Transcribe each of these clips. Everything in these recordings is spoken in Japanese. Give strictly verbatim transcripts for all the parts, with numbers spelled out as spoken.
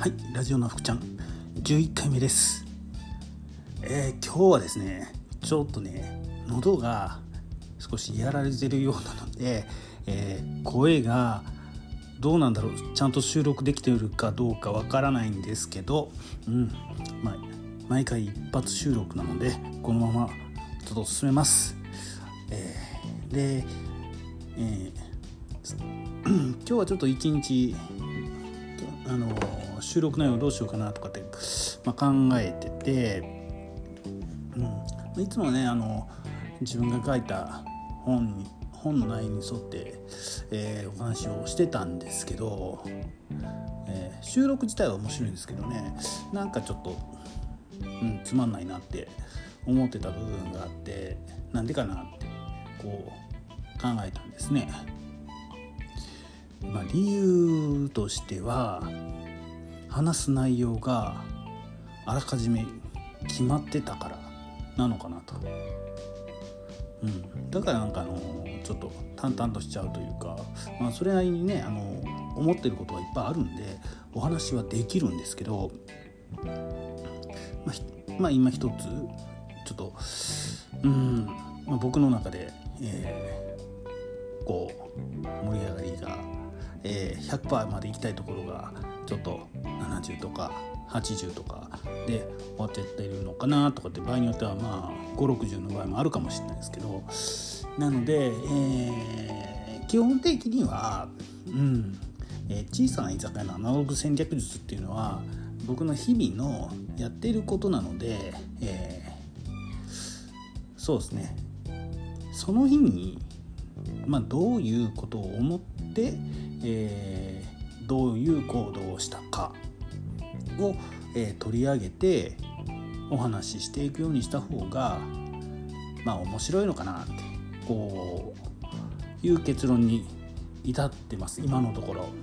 はい、ラジオの福ちゃんじゅういっかいめです。えー、今日はですねちょっとね喉が少しやられてるようなので、えー、声がどうなんだろう、ちゃんと収録できているかどうかわからないんですけど、うんまあ、毎回一発収録なのでこのままちょっと進めます。えー、で、えー、今日はちょっと一日あの収録内容どうしようかなとかって、まあ、考えてて、うん、いつもねあの自分が書いた本に本の内容に沿って、えー、お話をしてたんですけど、えー、収録自体は面白いんですけどね、なんかちょっと、うん、つまんないなって思ってた部分があって、なんでかなってこう考えたんですね。まあ、理由としては話す内容があらかじめ決まってたからなのかなと、うん、だからなんかあのちょっと淡々としちゃうというか、まあ、それなりにねあの思ってることはいっぱいあるんでお話はできるんですけど、まあ、まあ、今一つちょっと、うんまあ、僕の中で、えー、こう盛り上がりがえー、ひゃくパーセント まで行きたいところがちょっとななじゅうとかはちじゅうとかで終わっちゃってるのかなとかって場合によってはまあごじゅう、ろくじゅうの場合もあるかもしれないですけど、なので、えー、基本的には、うんえー、小さな居酒屋のアナログ戦略術っていうのは僕の日々のやっていることなので、えー、そうですねその日に、まあ、どういうことを思ってえー、どういう行動をしたかを、えー、取り上げてお話ししていくようにした方がまあ面白いのかなってこういう結論に至ってます今のところ。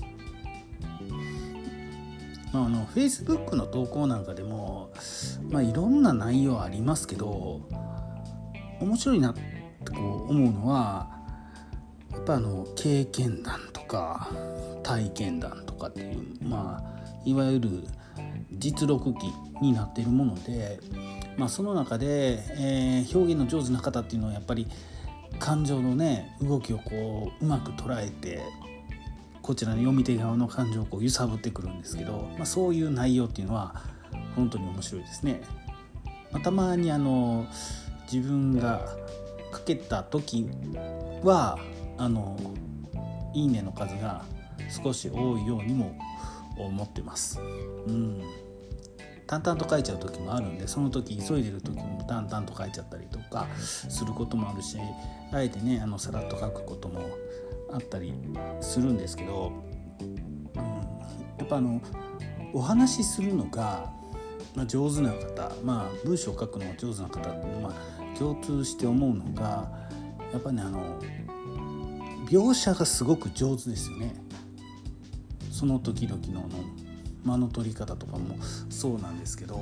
まあ、あの Facebook の投稿なんかでも、まあ、いろんな内容ありますけど面白いなってこう思うのはやっぱあの経験談とか体験談とかっていうまあいわゆる実録記になっているもので、まあ、その中で、えー、表現の上手な方っていうのはやっぱり感情のね動きをこううまく捉えてこちらの読み手側の感情をこう揺さぶってくるんですけど、まあ、そういう内容っていうのは本当に面白いですね。まあ、たまにあの自分が書けた時はあのいいねの数が少し多いようにも思ってます、うん、淡々と書いちゃう時もあるんでその時急いでる時も淡々と書いちゃったりとかすることもあるしあえてねあのさらっと書くこともあったりするんですけど、うん、やっぱあのお話しするのが上手な方、まあ、文章を書くのが上手な方、まあ、共通して思うのがやっぱりねあの描写がすごく上手ですよね。その時々の間の取り方とかもそうなんですけど、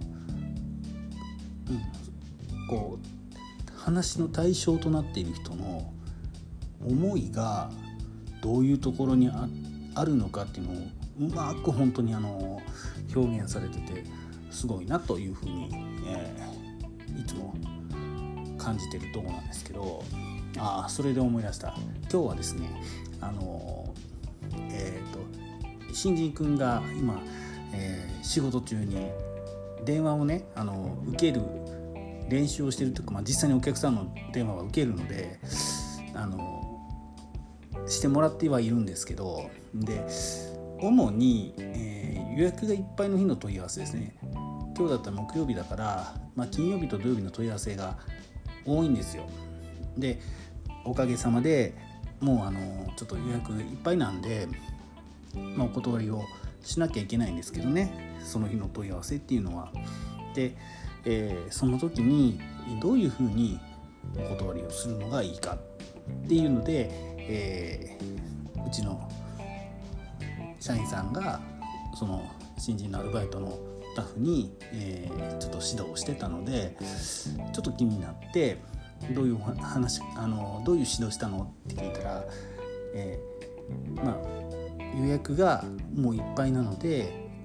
うん、こう話の対象となっている人の思いがどういうところに あ, あるのかっていうのをうまく本当にあの表現されててすごいなというふうに、えー、いつも感じてるところなんですけど、ああそれで思い出した。今日はですねあのえっ、ー、と新人くんが今、えー、仕事中に電話をねあの受ける練習をしてるというか、まあ、実際にお客さんの電話は受けるのであのしてもらってはいるんですけど、で主に、えー、予約がいっぱいの日の問い合わせですね。今日だったら木曜日だから、まあ、金曜日と土曜日の問い合わせが多いんですよ。でおかげさまでもうあのちょっと予約いっぱいなんで、まあ、お断りをしなきゃいけないんですけどねその日の問い合わせっていうのは。で、えー、その時にどういうふうにお断りをするのがいいかっていうので、えー、うちの社員さんがその新人のアルバイトのスタッフに、えー、ちょっと指導をしてたのでちょっと気になってどういう話あのどういう指導したのって聞いたら、えー、まあ予約がもういっぱいなので、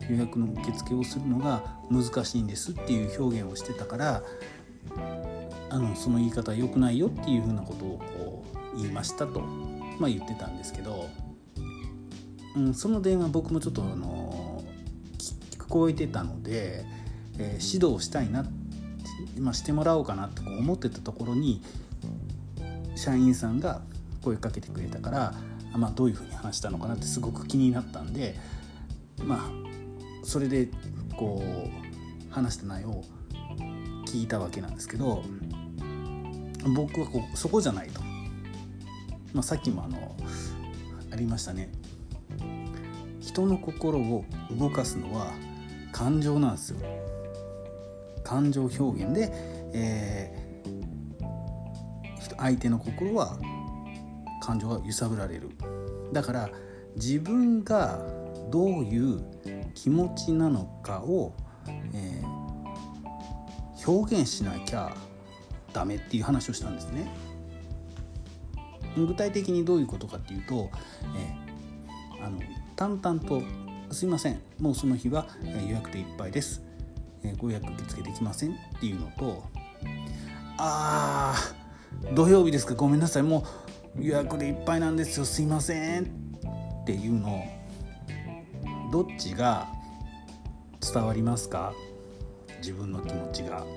予約の受付をするのが難しいんですっていう表現をしてたから、あのその言い方は良くないよっていうふうなことをこう言いましたと、まあ、言ってたんですけど、うん、その電話僕もちょっとあの聞こえてたので、えー、指導したいな、まあ、してもらおうかなと思ってたところに社員さんが声かけてくれたから、まあ、どういうふうに話したのかなってすごく気になったんで、まあそれでこう話した内容を聞いたわけなんですけど、僕はこうそこじゃないと、まあ、さっきもあのありましたね、人の心を動かすのは感情なんですよ。感情表現で、えー、相手の心は感情が揺さぶられる。だから自分がどういう気持ちなのかを、えー、表現しなきゃダメっていう話をしたんですね。具体的にどういうことかっていうと、えー、あの淡々とすいません、もうその日は予約でいっぱいです、えー、ご予約受付できませんっていうのと、あー土曜日ですか、ごめんなさい、もう予約でいっぱいなんですよ、すいませんっていうの、どっちが伝わりますか？自分の気持ちが。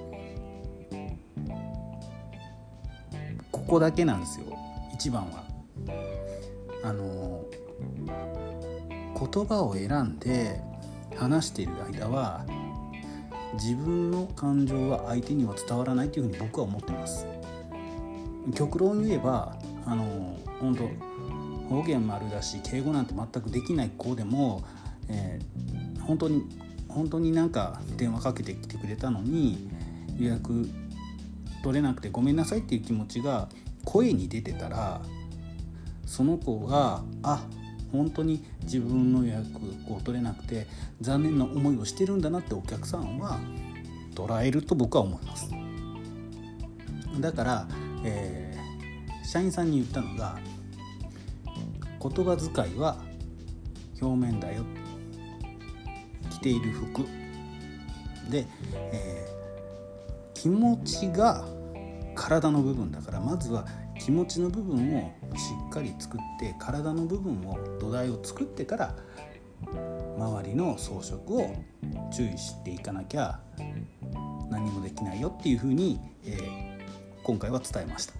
ここだけなんですよ、一番は。あの言葉を選んで話している間は自分の感情は相手には伝わらないというふうに僕は思ってます。極論言えば、あの本当方言丸だし敬語なんて全くできない子でも、えー、本当に本当になんか電話かけてきてくれたのに予約取れなくてごめんなさいっていう気持ちが声に出てたら、その子があ本当に自分の予約を取れなくて残念な思いをしてるんだなってお客さんは捉えると僕は思います。だから、えー、社員さんに言ったのが、言葉遣いは表面だよ、着ている服で、えー、気持ちが体の部分だから、まずは気持ちの部分をしっかり作って体の部分を土台を作ってから周りの装飾を注意していかなきゃ何もできないよっていうふうに、えー、今回は伝えました。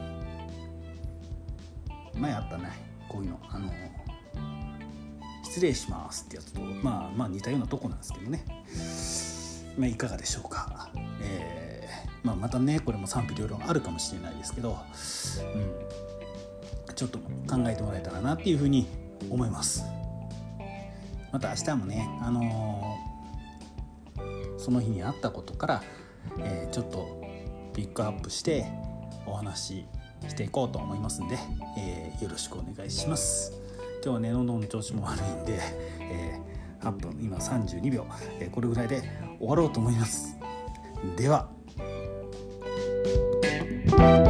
前あったね、こういうの、あの失礼しますってやつと、まあまあ似たようなとこなんですけどね、まあ、いかがでしょうか。えーまあ、またねこれも賛否両論あるかもしれないですけど、うん、ちょっと考えてもらえたらなっていうふうに思います。また明日もね、あのー、その日にあったことから、えー、ちょっとピックアップしてお話ししていこうと思いますんで、えー、よろしくお願いします。今日はね喉の調子も悪いんで、えー、はっぷん今さんじゅうにびょう、えー、これぐらいで終わろうと思います。では。